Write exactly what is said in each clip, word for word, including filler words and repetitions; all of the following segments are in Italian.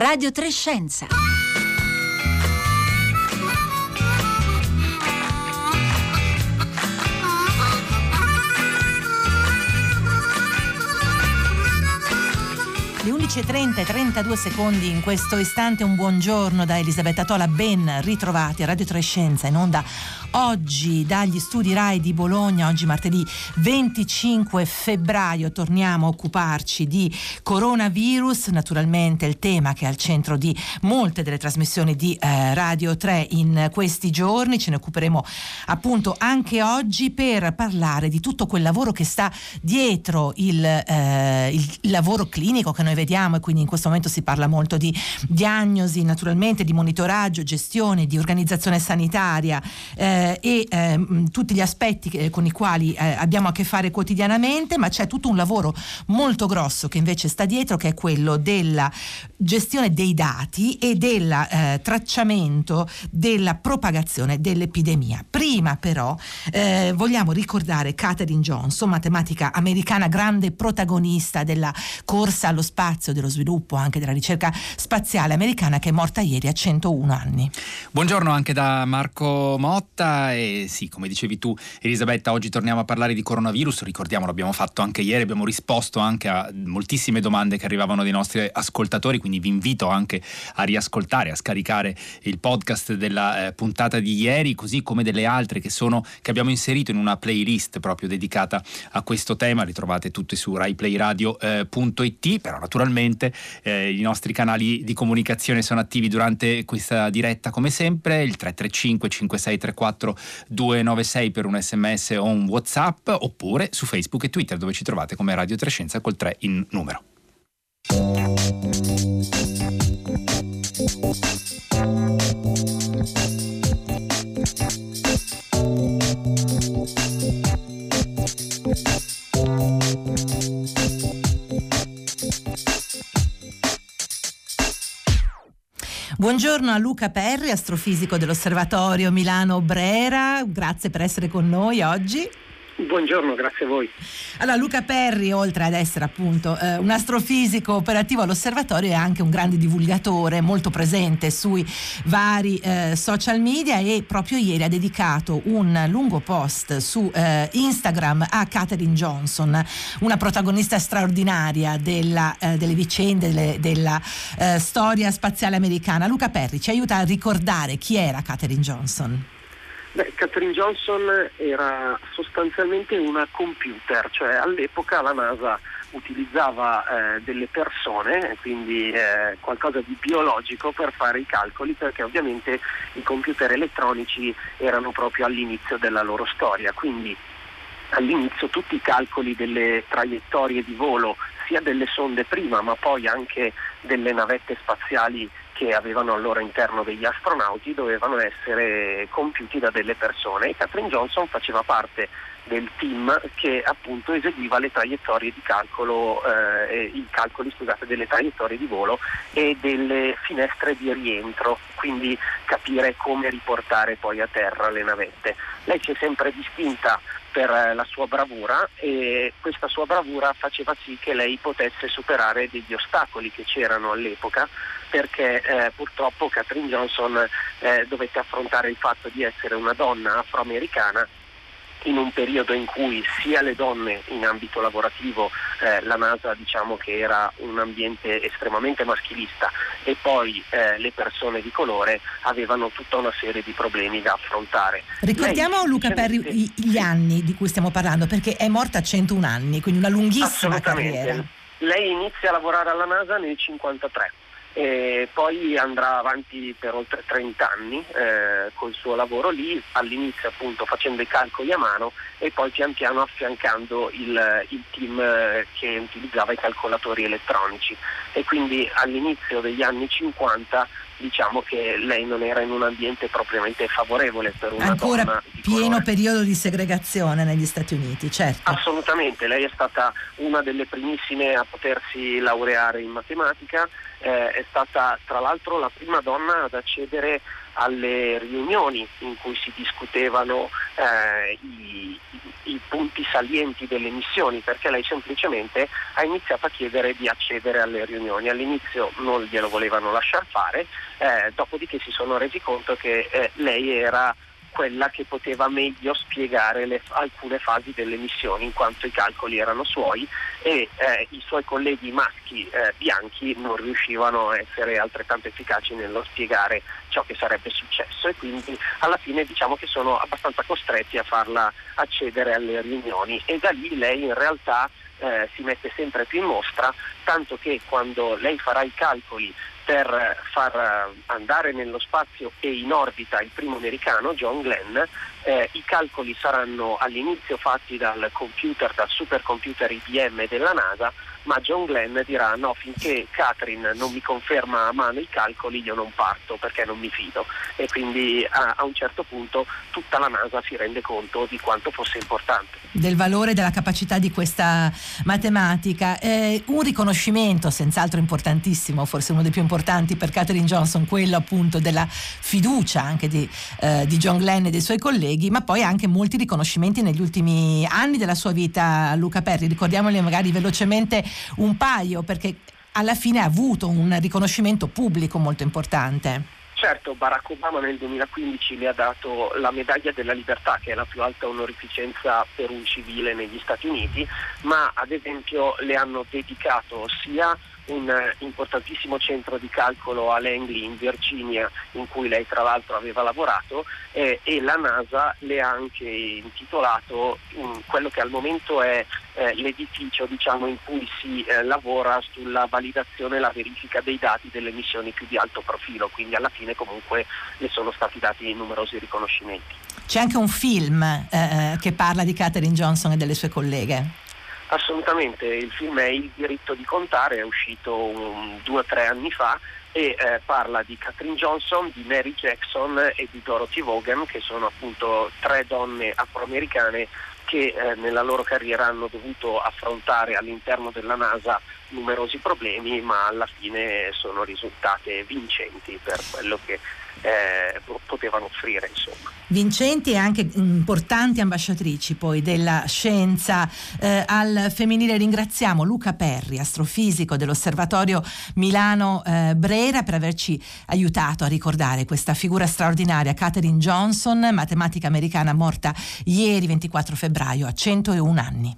Radio tre Scienza. Le undici e trenta e trentadue secondi in questo istante. Un buongiorno da Elisabetta Tola, ben ritrovati a Radio tre Scienza, in onda oggi dagli studi Rai di Bologna. Oggi martedì venticinque febbraio torniamo a occuparci di coronavirus, naturalmente il tema che è al centro di molte delle trasmissioni di eh, Radio tre in questi giorni. Ce ne occuperemo appunto anche oggi per parlare di tutto quel lavoro che sta dietro il, eh, il lavoro clinico che noi vediamo, e quindi in questo momento si parla molto di diagnosi, naturalmente di monitoraggio, gestione, di organizzazione sanitaria eh, e eh, tutti gli aspetti che, con i quali eh, abbiamo a che fare quotidianamente, ma c'è tutto un lavoro molto grosso che invece sta dietro, che è quello della gestione dei dati e del eh, tracciamento della propagazione dell'epidemia. Prima però eh, vogliamo ricordare Katherine Johnson, matematica americana, grande protagonista della corsa allo spazio, dello sviluppo anche della ricerca spaziale americana, che è morta ieri a centouno anni. Buongiorno anche da Marco Motta. E sì, come dicevi tu Elisabetta, oggi torniamo a parlare di coronavirus. Ricordiamo, l'abbiamo fatto anche ieri, abbiamo risposto anche a moltissime domande che arrivavano dai nostri ascoltatori, quindi vi invito anche a riascoltare, a scaricare il podcast della eh, puntata di ieri, così come delle altre che sono che abbiamo inserito in una playlist proprio dedicata a questo tema. Li trovate tutti su rai play radio punto it. Però naturalmente eh, i nostri canali di comunicazione sono attivi durante questa diretta come sempre, il tre tre cinque cinque sei tre quattro due nove sei per un sms o un WhatsApp, oppure su Facebook e Twitter, dove ci trovate come Radio tre Scienza col tre in numero. Buongiorno a Luca Perri, astrofisico dell'Osservatorio Milano Brera, grazie per essere con noi oggi. Buongiorno, grazie a voi. Allora, Luca Perri, oltre ad essere appunto eh, un astrofisico operativo all'osservatorio, è anche un grande divulgatore, molto presente sui vari eh, social media, e proprio ieri ha dedicato un lungo post su eh, Instagram a Katherine Johnson, una protagonista straordinaria della, eh, delle vicende delle, della eh, storia spaziale americana. Luca Perri ci aiuta a ricordare chi era Katherine Johnson. Beh, Katherine Johnson era sostanzialmente una computer, cioè all'epoca la NASA utilizzava eh, delle persone, quindi eh, qualcosa di biologico, per fare i calcoli, perché ovviamente i computer elettronici erano proprio all'inizio della loro storia. Quindi all'inizio tutti i calcoli delle traiettorie di volo, sia delle sonde prima, ma poi anche delle navette spaziali che avevano al loro interno degli astronauti, dovevano essere compiuti da delle persone, e Katherine Johnson faceva parte del team che appunto eseguiva le traiettorie di calcolo, eh, i calcoli scusate, delle traiettorie di volo e delle finestre di rientro, quindi capire come riportare poi a terra le navette. Lei si è sempre distinta per la sua bravura, e questa sua bravura faceva sì che lei potesse superare degli ostacoli che c'erano all'epoca, perché eh, purtroppo Katherine Johnson eh, dovette affrontare il fatto di essere una donna afroamericana in un periodo in cui sia le donne in ambito lavorativo, eh, la NASA diciamo che era un ambiente estremamente maschilista, e poi eh, le persone di colore avevano tutta una serie di problemi da affrontare. Ricordiamo Lei, Luca Perri gli anni di cui stiamo parlando, perché è morta a centouno anni, quindi una lunghissima carriera. Lei inizia a lavorare alla NASA nel cinquantatré. E poi andrà avanti per oltre trenta anni eh, col suo lavoro lì, all'inizio appunto facendo i calcoli a mano, e poi pian piano affiancando il, il team eh, che utilizzava i calcolatori elettronici. E quindi all'inizio degli anni cinquanta diciamo che lei non era in un ambiente propriamente favorevole per una ancora donna di pieno colore. Periodo di segregazione negli Stati Uniti, certo. Assolutamente, lei è stata una delle primissime a potersi laureare in matematica, eh, è stata tra l'altro la prima donna ad accedere alle riunioni in cui si discutevano eh, i, i punti salienti delle missioni, perché lei semplicemente ha iniziato a chiedere di accedere alle riunioni. All'inizio non glielo volevano lasciar fare, eh, dopodiché si sono resi conto che eh, lei era quella che poteva meglio spiegare le, alcune fasi delle missioni, in quanto i calcoli erano suoi e eh, i suoi colleghi maschi eh, bianchi non riuscivano a essere altrettanto efficaci nello spiegare ciò che sarebbe successo, e quindi alla fine diciamo che sono abbastanza costretti a farla accedere alle riunioni, e da lì lei in realtà eh, si mette sempre più in mostra, tanto che quando lei farà i calcoli per far andare nello spazio e in orbita il primo americano, John Glenn, eh, i calcoli saranno all'inizio fatti dal computer, dal supercomputer I B M della NASA, ma John Glenn dirà no, finché Kathryn non mi conferma a mano i calcoli io non parto, perché non mi fido, e quindi a, a un certo punto tutta la NASA si rende conto di quanto fosse importante. Del valore, della capacità di questa matematica. Eh, un riconoscimento senz'altro importantissimo, forse uno dei più importanti per Kathryn Johnson, quello appunto della fiducia anche di, eh, di John Glenn e dei suoi colleghi, ma poi anche molti riconoscimenti negli ultimi anni della sua vita. Luca Perri, ricordiamoli magari velocemente un paio, perché alla fine ha avuto un riconoscimento pubblico molto importante. Certo, Barack Obama nel duemilaquindici le ha dato la medaglia della libertà, che è la più alta onorificenza per un civile negli Stati Uniti, ma ad esempio le hanno dedicato sia un importantissimo centro di calcolo a Langley in Virginia, in cui lei tra l'altro aveva lavorato, eh, e la NASA le ha anche intitolato um, quello che al momento è eh, l'edificio diciamo in cui si eh, lavora sulla validazione e la verifica dei dati delle missioni più di alto profilo, quindi alla fine comunque le sono stati dati numerosi riconoscimenti. C'è anche un film eh, che parla di Kathryn Johnson e delle sue colleghe. Assolutamente, il film è Il diritto di contare, è uscito un, due o tre anni fa e eh, parla di Kathryn Johnson, di Mary Jackson e di Dorothy Vaughan, che sono appunto tre donne afroamericane che eh, nella loro carriera hanno dovuto affrontare all'interno della NASA numerosi problemi, ma alla fine sono risultate vincenti per quello che eh, potevano offrire, insomma. Vincenti e anche importanti ambasciatrici poi della scienza eh, al femminile. Ringraziamo Luca Perri, astrofisico dell'Osservatorio Milano eh, Brera, per averci aiutato a ricordare questa figura straordinaria, Kathryn Johnson, matematica americana morta ieri ventiquattro febbraio a centouno anni.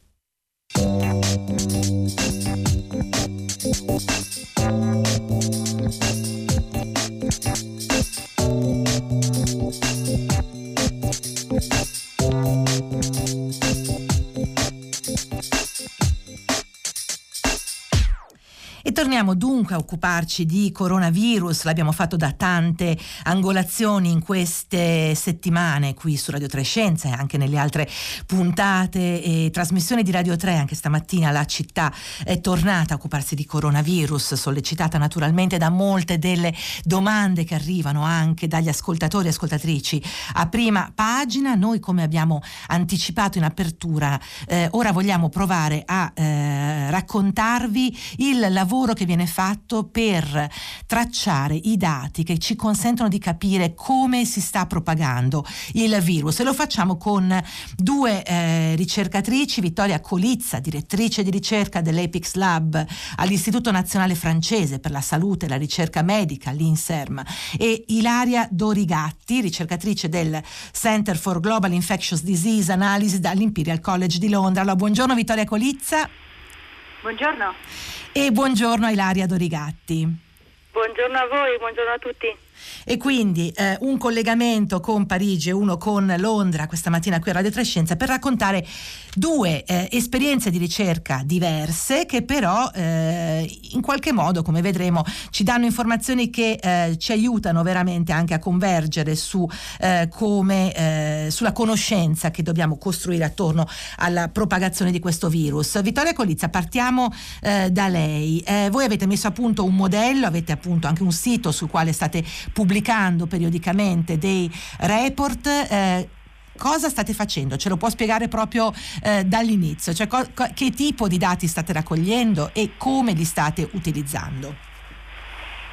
E torniamo dunque a occuparci di coronavirus. L'abbiamo fatto da tante angolazioni in queste settimane qui su Radio tre Scienze e anche nelle altre puntate e trasmissioni di Radio tre. Anche stamattina la città è tornata a occuparsi di coronavirus, sollecitata naturalmente da molte delle domande che arrivano anche dagli ascoltatori e ascoltatrici a prima pagina. Noi, come abbiamo anticipato in apertura, eh, ora vogliamo provare a eh, raccontarvi il lavoro che viene fatto per tracciare i dati che ci consentono di capire come si sta propagando il virus, e lo facciamo con due eh, ricercatrici: Vittoria Colizza, direttrice di ricerca dell'Epix Lab all'Istituto Nazionale Francese per la Salute e la Ricerca Medica, l'INSERM, e Ilaria Dorigatti, ricercatrice del Center for Global Infectious Disease Analysis dall'Imperial College di Londra. Allora, buongiorno Vittoria Colizza. Buongiorno. E buongiorno a Ilaria Dorigatti. Buongiorno a voi, buongiorno a tutti. E quindi eh, un collegamento con Parigi e uno con Londra questa mattina qui a Radio tre Scienze per raccontare due eh, esperienze di ricerca diverse, che però eh, in qualche modo, come vedremo, ci danno informazioni che eh, ci aiutano veramente anche a convergere su eh, come eh, sulla conoscenza che dobbiamo costruire attorno alla propagazione di questo virus. Vittoria Colizza, partiamo eh, da lei. Eh, voi avete messo a punto un modello, avete appunto anche un sito sul quale state pubblicando periodicamente dei report. Eh, cosa state facendo? Ce lo può spiegare proprio eh, dall'inizio? Cioè, co- co- che tipo di dati state raccogliendo e come li state utilizzando?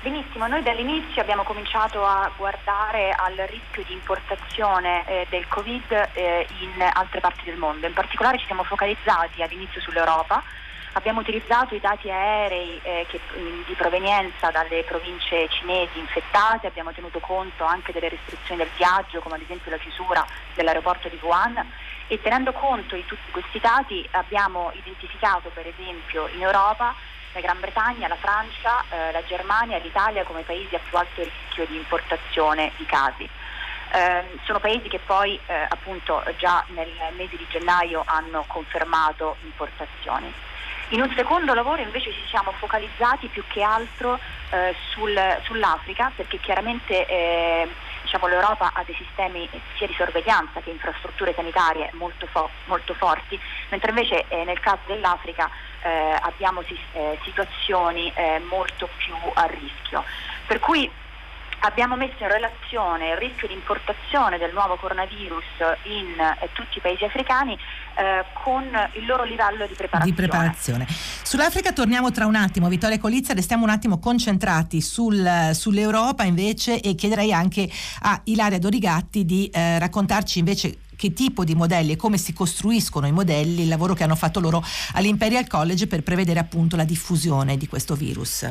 Benissimo, noi dall'inizio abbiamo cominciato a guardare al rischio di importazione eh, del Covid eh, in altre parti del mondo. In particolare ci siamo focalizzati all'inizio sull'Europa. Abbiamo utilizzato i dati aerei eh, che, di provenienza dalle province cinesi infettate, abbiamo tenuto conto anche delle restrizioni del viaggio, come ad esempio la chiusura dell'aeroporto di Wuhan, e tenendo conto di tutti questi dati abbiamo identificato per esempio in Europa la Gran Bretagna, la Francia, eh, la Germania e l'Italia come paesi a più alto rischio di importazione di casi. Eh, sono paesi che poi eh, appunto già nel mese di gennaio hanno confermato importazioni. In un secondo lavoro invece ci siamo focalizzati più che altro eh, sul, sull'Africa, perché chiaramente eh, diciamo, l'Europa ha dei sistemi sia di sorveglianza che infrastrutture sanitarie molto, fo- molto forti, mentre invece eh, nel caso dell'Africa eh, abbiamo si- eh, situazioni eh, molto più a rischio. Per cui abbiamo messo in relazione il rischio di importazione del nuovo coronavirus in eh, tutti i paesi africani eh, con il loro livello di preparazione. Di preparazione. Sull'Africa torniamo tra un attimo, Vittoria Colizza, restiamo un attimo concentrati sul, sull'Europa invece, e chiederei anche a Ilaria Dorigatti di eh, raccontarci invece che tipo di modelli e come si costruiscono i modelli, il lavoro che hanno fatto loro all'Imperial College per prevedere appunto la diffusione di questo virus.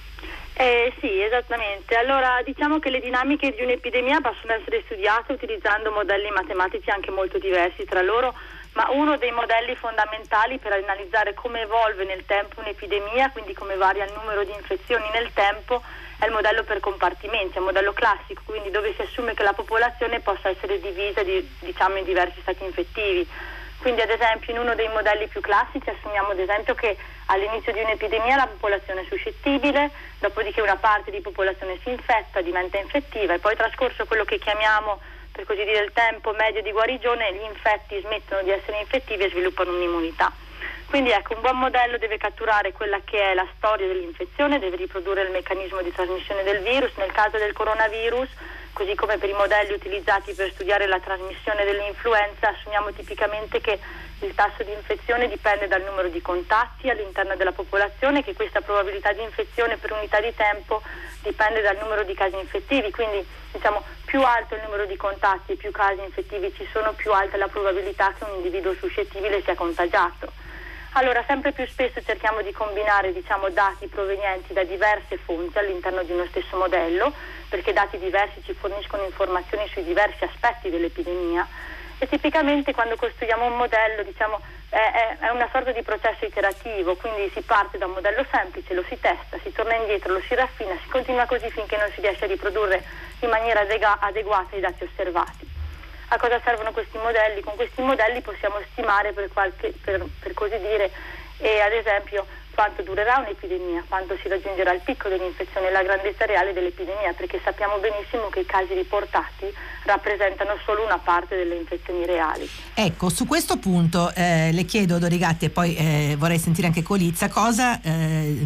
Eh, sì, esattamente. Allora, diciamo che le dinamiche di un'epidemia possono essere studiate utilizzando modelli matematici anche molto diversi tra loro, ma uno dei modelli fondamentali per analizzare come evolve nel tempo un'epidemia, quindi come varia il numero di infezioni nel tempo, è il modello per compartimenti, è un modello classico, quindi dove si assume che la popolazione possa essere divisa di, diciamo, in diversi stati infettivi. Quindi ad esempio in uno dei modelli più classici assumiamo ad esempio che all'inizio di un'epidemia la popolazione è suscettibile, dopodiché una parte di popolazione si infetta, diventa infettiva e poi trascorso quello che chiamiamo, per così dire, il tempo medio di guarigione, gli infetti smettono di essere infettivi e sviluppano un'immunità. Quindi ecco, un buon modello deve catturare quella che è la storia dell'infezione, deve riprodurre il meccanismo di trasmissione del virus. Nel caso del coronavirus, così come per i modelli utilizzati per studiare la trasmissione dell'influenza, assumiamo tipicamente che il tasso di infezione dipende dal numero di contatti all'interno della popolazione, che questa probabilità di infezione per unità di tempo dipende dal numero di casi infettivi, quindi diciamo più alto il numero di contatti e più casi infettivi ci sono, più alta è la probabilità che un individuo suscettibile sia contagiato. Allora, sempre più spesso cerchiamo di combinare, diciamo, dati provenienti da diverse fonti all'interno di uno stesso modello, perché dati diversi ci forniscono informazioni sui diversi aspetti dell'epidemia, e tipicamente quando costruiamo un modello, diciamo, è, è una sorta di processo iterativo, quindi si parte da un modello semplice, lo si testa, si torna indietro, lo si raffina, si continua così finché non si riesce a riprodurre in maniera adegu- adeguata i dati osservati. A cosa servono questi modelli? Con questi modelli possiamo stimare per, qualche, per, per così dire, e ad esempio quanto durerà un'epidemia, quanto si raggiungerà il picco dell'infezione e la grandezza reale dell'epidemia, perché sappiamo benissimo che i casi riportati rappresentano solo una parte delle infezioni reali. Ecco, su questo punto eh, le chiedo, Dorigatti, e poi eh, vorrei sentire anche Colizza, cosa eh,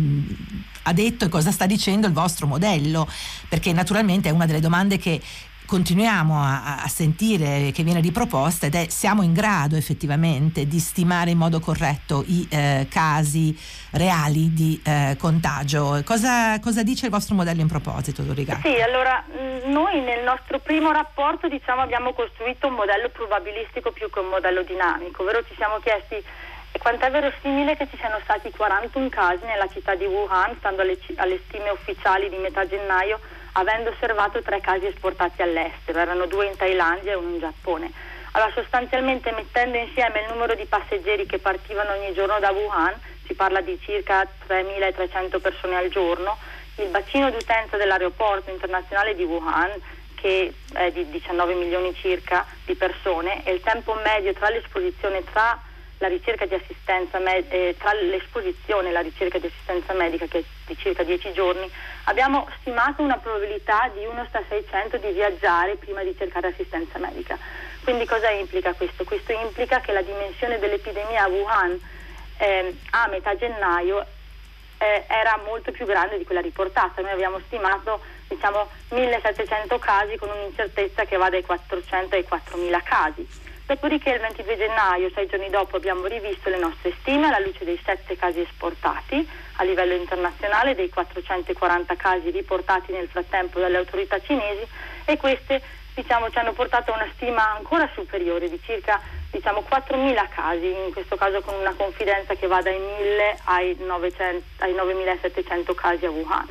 ha detto e cosa sta dicendo il vostro modello, perché naturalmente è una delle domande che continuiamo a, a sentire, che viene riproposta, ed è: siamo in grado effettivamente di stimare in modo corretto i eh, casi reali di eh, contagio? Cosa, cosa dice il vostro modello in proposito, Dorigatti? Sì, allora noi nel nostro primo rapporto, diciamo, abbiamo costruito un modello probabilistico più che un modello dinamico, ovvero ci siamo chiesti quanto è verosimile che ci siano stati quarantuno casi nella città di Wuhan, stando alle, alle stime ufficiali di metà gennaio, avendo osservato tre casi esportati all'estero, erano due in Thailandia e uno in Giappone. Allora, sostanzialmente, mettendo insieme il numero di passeggeri che partivano ogni giorno da Wuhan, si parla di circa tremilatrecento persone al giorno, il bacino d'utenza dell'aeroporto internazionale di Wuhan, che è di diciannove milioni circa di persone, e il tempo medio tra l'esposizione tra la ricerca di assistenza med- eh, tra l'esposizione e la ricerca di assistenza medica, che è di circa dieci giorni, abbiamo stimato una probabilità di uno sta seicento di viaggiare prima di cercare assistenza medica. Quindi cosa implica questo? Questo implica che la dimensione dell'epidemia a Wuhan eh, a metà gennaio eh, era molto più grande di quella riportata. Noi abbiamo stimato, diciamo, millesettecento casi con un'incertezza che va dai quattrocento ai quattromila casi. Dopodiché il ventidue gennaio, sei giorni dopo, abbiamo rivisto le nostre stime alla luce dei sette casi esportati a livello internazionale, dei quattrocentoquaranta casi riportati nel frattempo dalle autorità cinesi, e queste diciamo ci hanno portato a una stima ancora superiore di circa diciamo quattromila casi, in questo caso con una confidenza che va dai mille ai, novecento, ai novemilasettecento casi a Wuhan.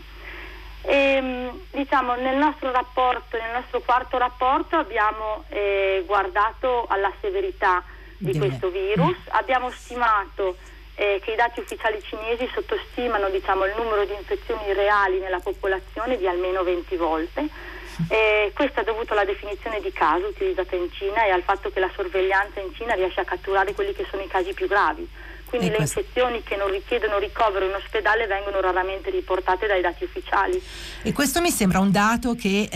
E, diciamo nel nostro rapporto, nel nostro quarto rapporto abbiamo eh, guardato alla severità di Deve. questo virus, abbiamo stimato eh, che i dati ufficiali cinesi sottostimano diciamo il numero di infezioni reali nella popolazione di almeno venti volte. Eh, questo è dovuto alla definizione di caso utilizzata in Cina e al fatto che la sorveglianza in Cina riesce a catturare quelli che sono i casi più gravi. Quindi e le questo... infezioni che non richiedono ricovero in ospedale vengono raramente riportate dai dati ufficiali. E questo mi sembra un dato che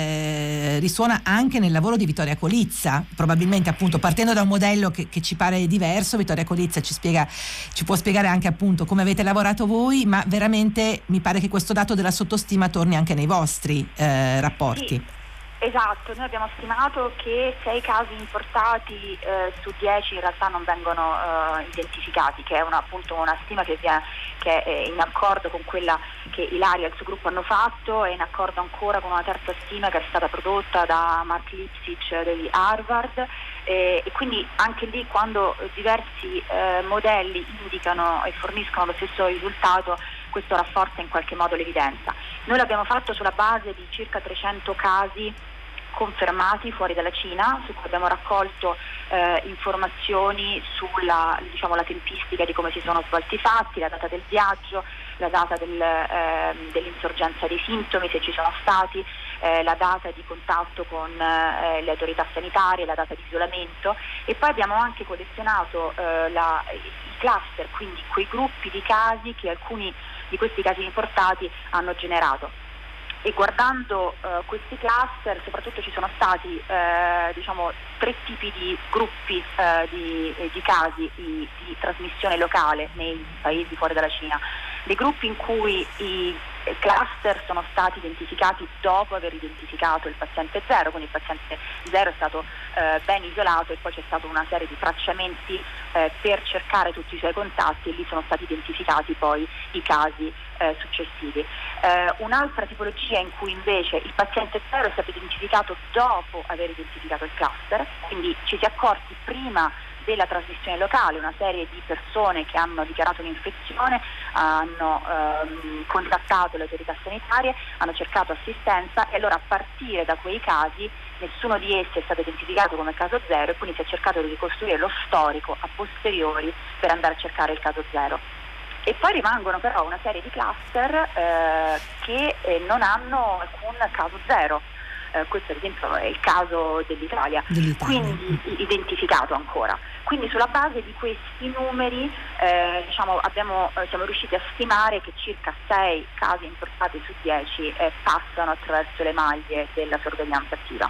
eh, risuona anche nel lavoro di Vittoria Colizza, probabilmente appunto partendo da un modello che, che ci pare diverso. Vittoria Colizza ci spiega, ci può spiegare anche appunto come avete lavorato voi, ma veramente mi pare che questo dato della sottostima torni anche nei vostri eh, rapporti. Sì. Esatto, noi abbiamo stimato che sei casi importati eh, su dieci in realtà non vengono eh, identificati, che è una, appunto una stima che, via, che è in accordo con quella che Ilaria e il suo gruppo hanno fatto, e in accordo ancora con una terza stima che è stata prodotta da Mark Lipsitch di Harvard, eh, e quindi anche lì quando diversi eh, modelli indicano e forniscono lo stesso risultato, questo rafforza in qualche modo l'evidenza. Noi l'abbiamo fatto sulla base di circa trecento casi confermati fuori dalla Cina, su cui abbiamo raccolto eh, informazioni sulla diciamo, la tempistica di come si sono svolti i fatti, la data del viaggio, la data del, eh, dell'insorgenza dei sintomi, se ci sono stati, eh, la data di contatto con eh, le autorità sanitarie, la data di isolamento, e poi abbiamo anche collezionato eh, la, i cluster, quindi quei gruppi di casi che alcuni di questi casi importati hanno generato. E guardando uh, questi cluster, soprattutto ci sono stati eh, diciamo tre tipi di gruppi eh, di, di casi di, di trasmissione locale nei paesi fuori dalla Cina. Dei gruppi in cui i cluster sono stati identificati dopo aver identificato il paziente zero, quindi il paziente zero è stato eh, ben isolato e poi c'è stata una serie di tracciamenti eh, per cercare tutti i suoi contatti, e lì sono stati identificati poi i casi eh, successivi. Eh, un'altra tipologia in cui invece il paziente zero è stato identificato dopo aver identificato il cluster, quindi ci si è accorti prima della trasmissione locale, una serie di persone che hanno dichiarato un'infezione, hanno ehm, contattato le autorità sanitarie, hanno cercato assistenza, e allora a partire da quei casi nessuno di essi è stato identificato come caso zero, e quindi si è cercato di ricostruire lo storico a posteriori per andare a cercare il caso zero. E poi rimangono però una serie di cluster eh, che eh, non hanno alcun caso zero. Uh, questo ad esempio è il caso dell'Italia, dell'Italia. Quindi identificato ancora. Quindi sulla base di questi numeri eh, diciamo, abbiamo, eh, siamo riusciti a stimare che circa sei casi importati su dieci eh, passano attraverso le maglie della sorveglianza attiva.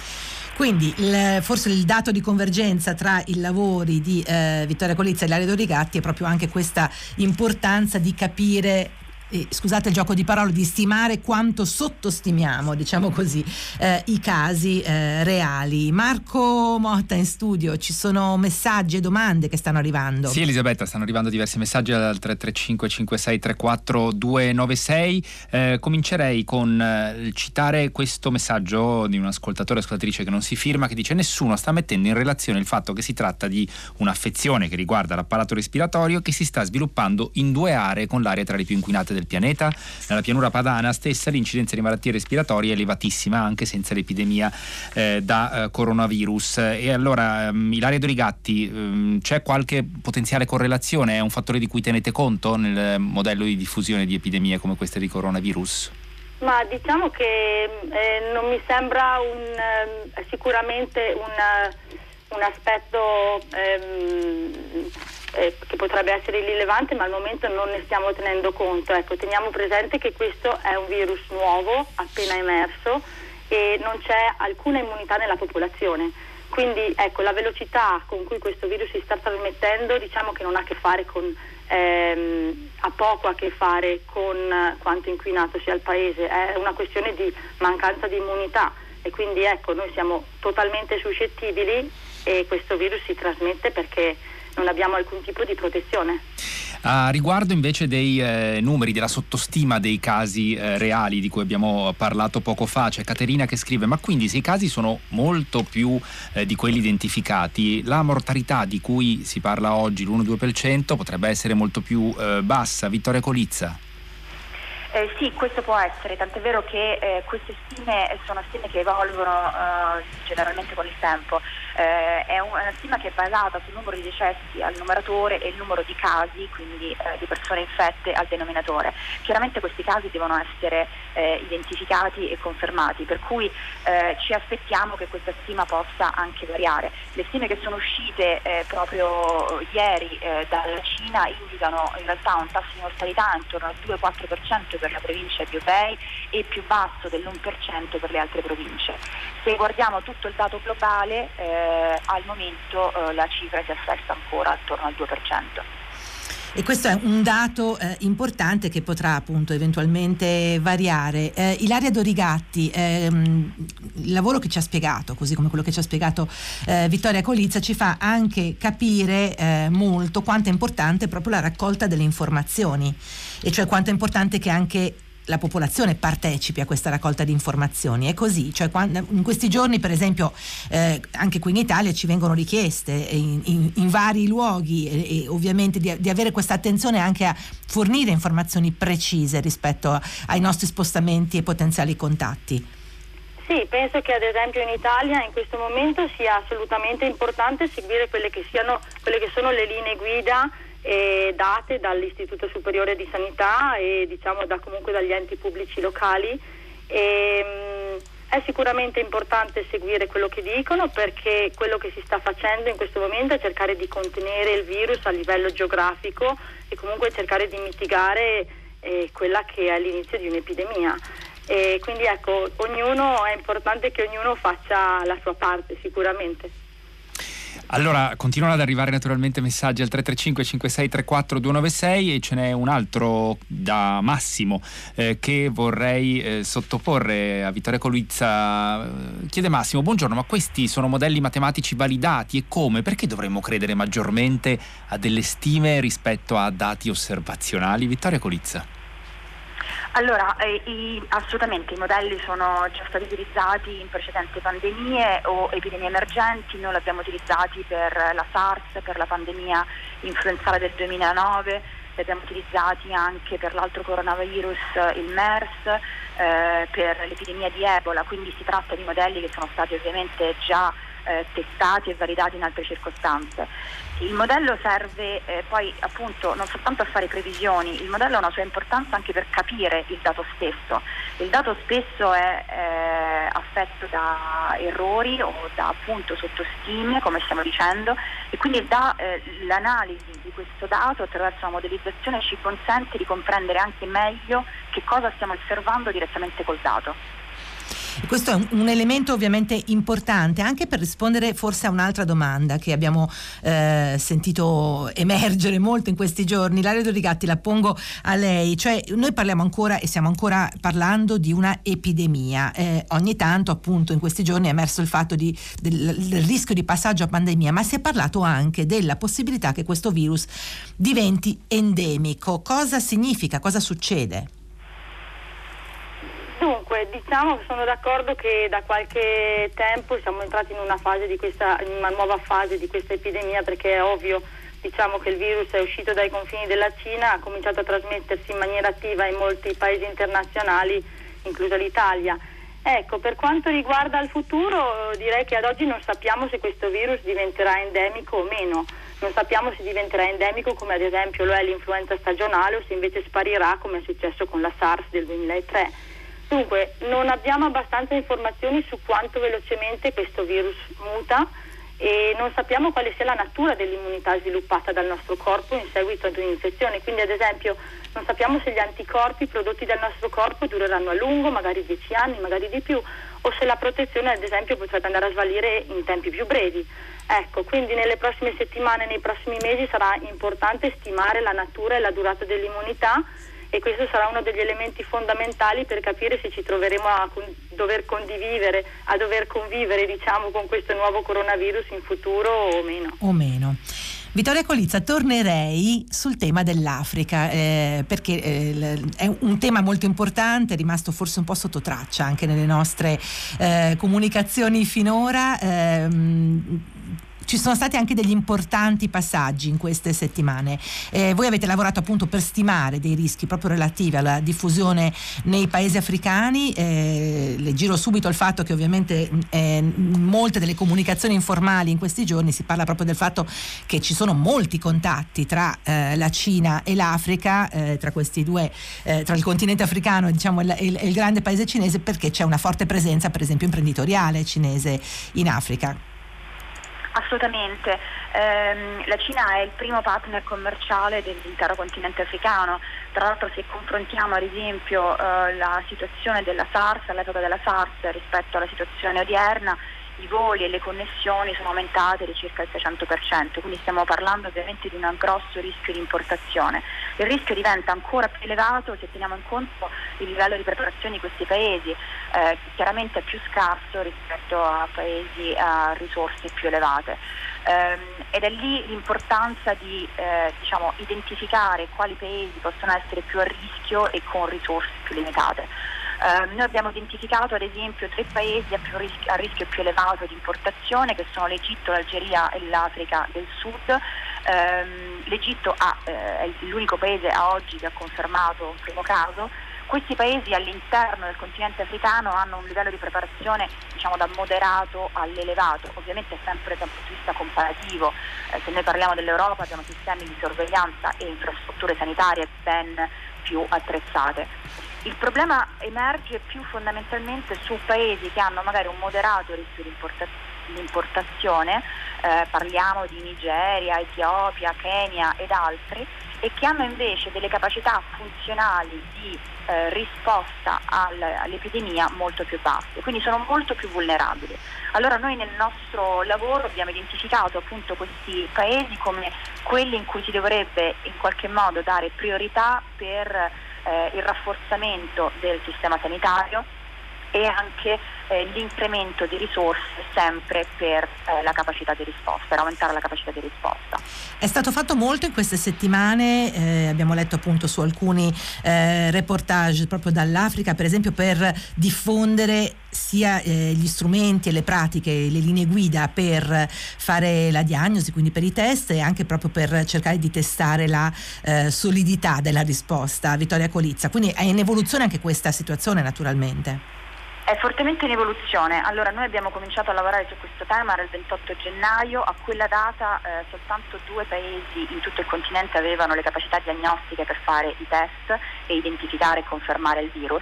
Quindi il, forse il dato di convergenza tra i lavori di eh, Vittoria Colizza e Ilaria Dorigatti è proprio anche questa importanza di capire, eh, scusate il gioco di parole, di stimare quanto sottostimiamo, diciamo così, eh, i casi eh, reali. Marco Motta in studio, ci sono messaggi e domande che stanno arrivando. Sì, Elisabetta, stanno arrivando diversi messaggi al tre tre cinque cinque sei tre quattro due nove sei. Eh, comincerei con eh, citare questo messaggio di un ascoltatore o ascoltatrice che non si firma, che dice: nessuno sta mettendo in relazione il fatto che si tratta di un'affezione che riguarda l'apparato respiratorio, che si sta sviluppando in due aree con l'area tra le più inquinate del pianeta. Nella pianura padana stessa l'incidenza di malattie respiratorie è elevatissima anche senza l'epidemia eh, da eh, coronavirus. E allora um, Ilaria Dorigatti, um, c'è qualche potenziale correlazione? È un fattore di cui tenete conto nel modello di diffusione di epidemie come queste di coronavirus? Ma diciamo che eh, non mi sembra un, eh, sicuramente un, un aspetto ehm, eh, che potrebbe essere rilevante, ma al momento non ne stiamo tenendo conto. Ecco, teniamo presente che questo è un virus nuovo, appena emerso, e non c'è alcuna immunità nella popolazione. Quindi ecco, la velocità con cui questo virus si sta trasmettendo, diciamo che non ha a che fare con ehm, ha poco a che fare con quanto inquinato sia il paese, è una questione di mancanza di immunità, e quindi ecco, noi siamo totalmente suscettibili e questo virus si trasmette perché non abbiamo alcun tipo di protezione. A riguardo invece dei eh, numeri, della sottostima dei casi eh, reali di cui abbiamo parlato poco fa, c'è Caterina che scrive: ma quindi se i casi sono molto più eh, di quelli identificati, la mortalità di cui si parla oggi, l'uno due per cento, potrebbe essere molto più eh, bassa? Vittoria Colizza? Eh, sì, questo può essere, tant'è vero che eh, queste stime sono stime che evolvono eh, generalmente con il tempo. Eh, è una stima che è basata sul numero di decessi al numeratore e il numero di casi, quindi eh, di persone infette, al denominatore. Chiaramente questi casi devono essere eh, identificati e confermati, per cui eh, ci aspettiamo che questa stima possa anche variare. Le stime che sono uscite eh, proprio ieri eh, dalla Cina indicano in realtà un tasso di mortalità intorno al due quattro per cento per la provincia di Hubei e più basso dell'uno per cento per le altre province. Se guardiamo tutto il dato globale, eh, al momento eh, la cifra si assesta ancora attorno al due per cento. E questo è un dato eh, importante che potrà appunto eventualmente variare. Eh, Ilaria Dorigatti, ehm, il lavoro che ci ha spiegato, così come quello che ci ha spiegato eh, Vittoria Colizza, ci fa anche capire eh, molto quanto è importante proprio la raccolta delle informazioni, e cioè quanto è importante che anche la popolazione partecipi a questa raccolta di informazioni. È così, cioè quando, in questi giorni per esempio eh, anche qui in Italia ci vengono richieste in, in, in vari luoghi e, e ovviamente di, di avere questa attenzione anche a fornire informazioni precise rispetto a, ai nostri spostamenti e potenziali contatti. Sì, penso che ad esempio in Italia in questo momento sia assolutamente importante seguire quelle che siano quelle che sono le linee guida eh, date dall'Istituto Superiore di Sanità e diciamo da comunque dagli enti pubblici locali. E, mh, è sicuramente importante seguire quello che dicono, perché quello che si sta facendo in questo momento è cercare di contenere il virus a livello geografico e comunque cercare di mitigare eh, quella che è l'inizio di un'epidemia. E quindi ecco, ognuno è importante che ognuno faccia la sua parte sicuramente. Allora, continuano ad arrivare naturalmente messaggi al tre tre cinque cinque sei tre quattro due nove sei e ce n'è un altro da Massimo eh, che vorrei eh, sottoporre a Vittoria Colizza. Chiede Massimo: buongiorno, ma questi sono modelli matematici validati e come? Perché dovremmo credere maggiormente a delle stime rispetto a dati osservazionali? Vittoria Colizza. Allora, eh, i, assolutamente i modelli sono già stati utilizzati in precedenti pandemie o epidemie emergenti. Noi li abbiamo utilizzati per la SARS, per la pandemia influenzale del duemilanove, li abbiamo utilizzati anche per l'altro coronavirus, il MERS, eh, per l'epidemia di Ebola, quindi si tratta di modelli che sono stati ovviamente già eh, testati e validati in altre circostanze. Il modello serve eh, poi appunto non soltanto a fare previsioni, il modello ha una sua importanza anche per capire il dato stesso. Il dato spesso è eh, affetto da errori o da appunto sottostime, come stiamo dicendo, e quindi da, eh, l'analisi di questo dato attraverso una modellizzazione ci consente di comprendere anche meglio che cosa stiamo osservando direttamente col dato. Questo è un, un elemento ovviamente importante anche per rispondere forse a un'altra domanda che abbiamo eh, sentito emergere molto in questi giorni. Ilaria Dorigatti, la pongo a lei, cioè noi parliamo ancora e stiamo ancora parlando di una epidemia, eh, ogni tanto appunto in questi giorni è emerso il fatto di, del, del rischio di passaggio a pandemia, ma si è parlato anche della possibilità che questo virus diventi endemico. Cosa significa? Cosa succede? Dunque, diciamo che sono d'accordo che da qualche tempo siamo entrati in una fase di questa, in una nuova fase di questa epidemia, perché è ovvio, diciamo che il virus è uscito dai confini della Cina, ha cominciato a trasmettersi in maniera attiva in molti paesi internazionali, inclusa l'Italia. Ecco, per quanto riguarda il futuro, direi che ad oggi non sappiamo se questo virus diventerà endemico o meno. Non sappiamo se diventerà endemico come ad esempio lo è l'influenza stagionale o se invece sparirà come è successo con la SARS del duemilatré. Dunque, non abbiamo abbastanza informazioni su quanto velocemente questo virus muta e non sappiamo quale sia la natura dell'immunità sviluppata dal nostro corpo in seguito ad un'infezione. Quindi, ad esempio, non sappiamo se gli anticorpi prodotti dal nostro corpo dureranno a lungo, magari dieci anni, magari di più, o se la protezione, ad esempio, potrebbe andare a svalire in tempi più brevi. Ecco, quindi nelle prossime settimane, nei prossimi mesi sarà importante stimare la natura e la durata dell'immunità e questo sarà uno degli elementi fondamentali per capire se ci troveremo a con- dover condividere, a dover convivere, diciamo, con questo nuovo coronavirus in futuro o meno. O meno. Vittoria Colizza, tornerei sul tema dell'Africa, eh, perché eh, è un tema molto importante, è rimasto forse un po' sotto traccia anche nelle nostre eh, comunicazioni finora. Ehm, Ci sono stati anche degli importanti passaggi in queste settimane. Eh, voi avete lavorato appunto per stimare dei rischi proprio relativi alla diffusione nei paesi africani. Eh, le giro subito il fatto che ovviamente eh, molte delle comunicazioni informali in questi giorni si parla proprio del fatto che ci sono molti contatti tra eh, la Cina e l'Africa, eh, tra questi due, eh, tra il continente africano e diciamo il, il, il grande paese cinese, perché c'è una forte presenza per esempio imprenditoriale cinese in Africa. Assolutamente, ehm, la Cina è il primo partner commerciale dell'intero continente africano. Tra l'altro, se confrontiamo ad esempio eh, la situazione della SARS, all'epoca della SARS rispetto alla situazione odierna, i voli e le connessioni sono aumentate di circa il seicento per cento, quindi stiamo parlando ovviamente di un grosso rischio di importazione. Il rischio diventa ancora più elevato se teniamo in conto il livello di preparazione di questi paesi, eh, chiaramente è più scarso rispetto a paesi a risorse più elevate. Eh, ed è lì l'importanza di eh, diciamo, identificare quali paesi possono essere più a rischio e con risorse più limitate. Uh, noi abbiamo identificato ad esempio tre paesi a, più ris- a rischio più elevato di importazione, che sono l'Egitto, l'Algeria e l'Africa del Sud. Uh, L'Egitto ha, uh, è l'unico paese a oggi che ha confermato un primo caso. Questi paesi all'interno del continente africano hanno un livello di preparazione diciamo da moderato all'elevato, ovviamente sempre dal punto di vista comparativo. Eh, se noi parliamo dell'Europa abbiamo sistemi di sorveglianza e infrastrutture sanitarie ben più attrezzate. Il problema emerge più fondamentalmente su paesi che hanno magari un moderato rischio di importazione l'importazione, eh, parliamo di Nigeria, Etiopia, Kenya ed altri, e che hanno invece delle capacità funzionali di eh, risposta al, all'epidemia molto più basse, quindi sono molto più vulnerabili. Allora noi nel nostro lavoro abbiamo identificato appunto questi paesi come quelli in cui si dovrebbe in qualche modo dare priorità per eh, il rafforzamento del sistema sanitario e anche eh, l'incremento di risorse sempre per eh, la capacità di risposta, per aumentare la capacità di risposta. È stato fatto molto in queste settimane, eh, abbiamo letto appunto su alcuni eh, reportage proprio dall'Africa, per esempio per diffondere sia eh, gli strumenti e le pratiche, le linee guida per fare la diagnosi, quindi per i test, e anche proprio per cercare di testare la eh, solidità della risposta. Vittoria Colizza, quindi è in evoluzione anche questa situazione naturalmente? È fortemente in evoluzione. Allora noi abbiamo cominciato a lavorare su questo tema, era il ventotto gennaio, a quella data eh, soltanto due paesi in tutto il continente avevano le capacità diagnostiche per fare i test e identificare e confermare il virus.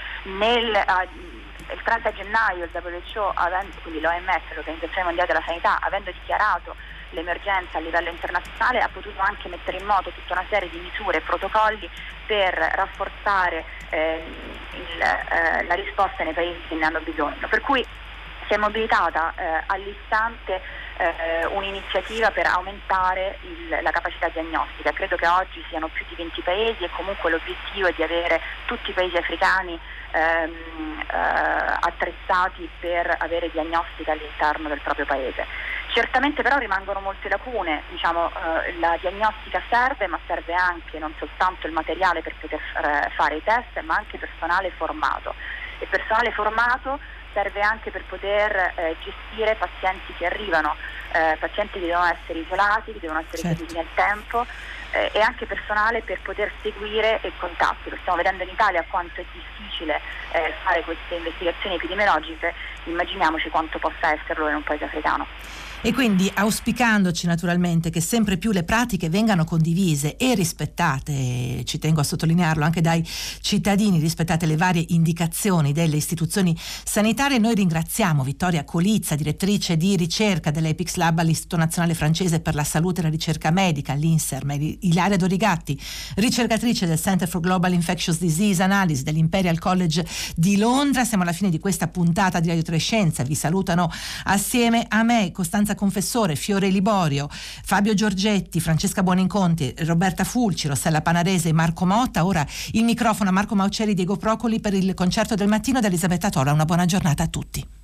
Nel, eh, il trenta gennaio il W H O, avendo, quindi l'O M S, l'Organizzazione Mondiale della Sanità, avendo dichiarato l'emergenza a livello internazionale, ha potuto anche mettere in moto tutta una serie di misure e protocolli per rafforzare eh, il, eh, la risposta nei paesi che ne hanno bisogno. Per cui si è mobilitata eh, all'istante eh, un'iniziativa per aumentare il, la capacità diagnostica. Credo che oggi siano più di venti paesi e comunque l'obiettivo è di avere tutti i paesi africani ehm, eh, attrezzati per avere diagnostica all'interno del proprio paese. Certamente però rimangono molte lacune, diciamo, eh, la diagnostica serve, ma serve anche non soltanto il materiale per poter fare i test, ma anche personale formato. E personale formato serve anche per poter eh, gestire pazienti che arrivano, eh, pazienti che devono essere isolati, che devono essere certo. seguiti nel tempo, eh, e anche personale per poter seguire i contatti. Lo stiamo vedendo in Italia quanto è difficile eh, fare queste investigazioni epidemiologiche, immaginiamoci quanto possa esserlo in un paese africano. E quindi, auspicandoci naturalmente che sempre più le pratiche vengano condivise e rispettate, ci tengo a sottolinearlo, anche dai cittadini, rispettate le varie indicazioni delle istituzioni sanitarie, noi ringraziamo Vittoria Colizza, direttrice di ricerca dell'Apex Lab Lab all'Istituto Nazionale Francese per la Salute e la Ricerca Medica, l'INSERM, Ilaria Dorigatti, ricercatrice del Center for Global Infectious Disease Analysis dell'Imperial College di Londra. Siamo alla fine di questa puntata di Radio tre Scienza. Vi salutano assieme a me Costanza Confessore, Fiore Liborio, Fabio Giorgetti, Francesca Buoninconti, Roberta Fulci, Rossella Panarese e Marco Motta. Ora il microfono a Marco Mauceri, Diego Procoli per il concerto del mattino da Elisabetta Tola. Una buona giornata a tutti.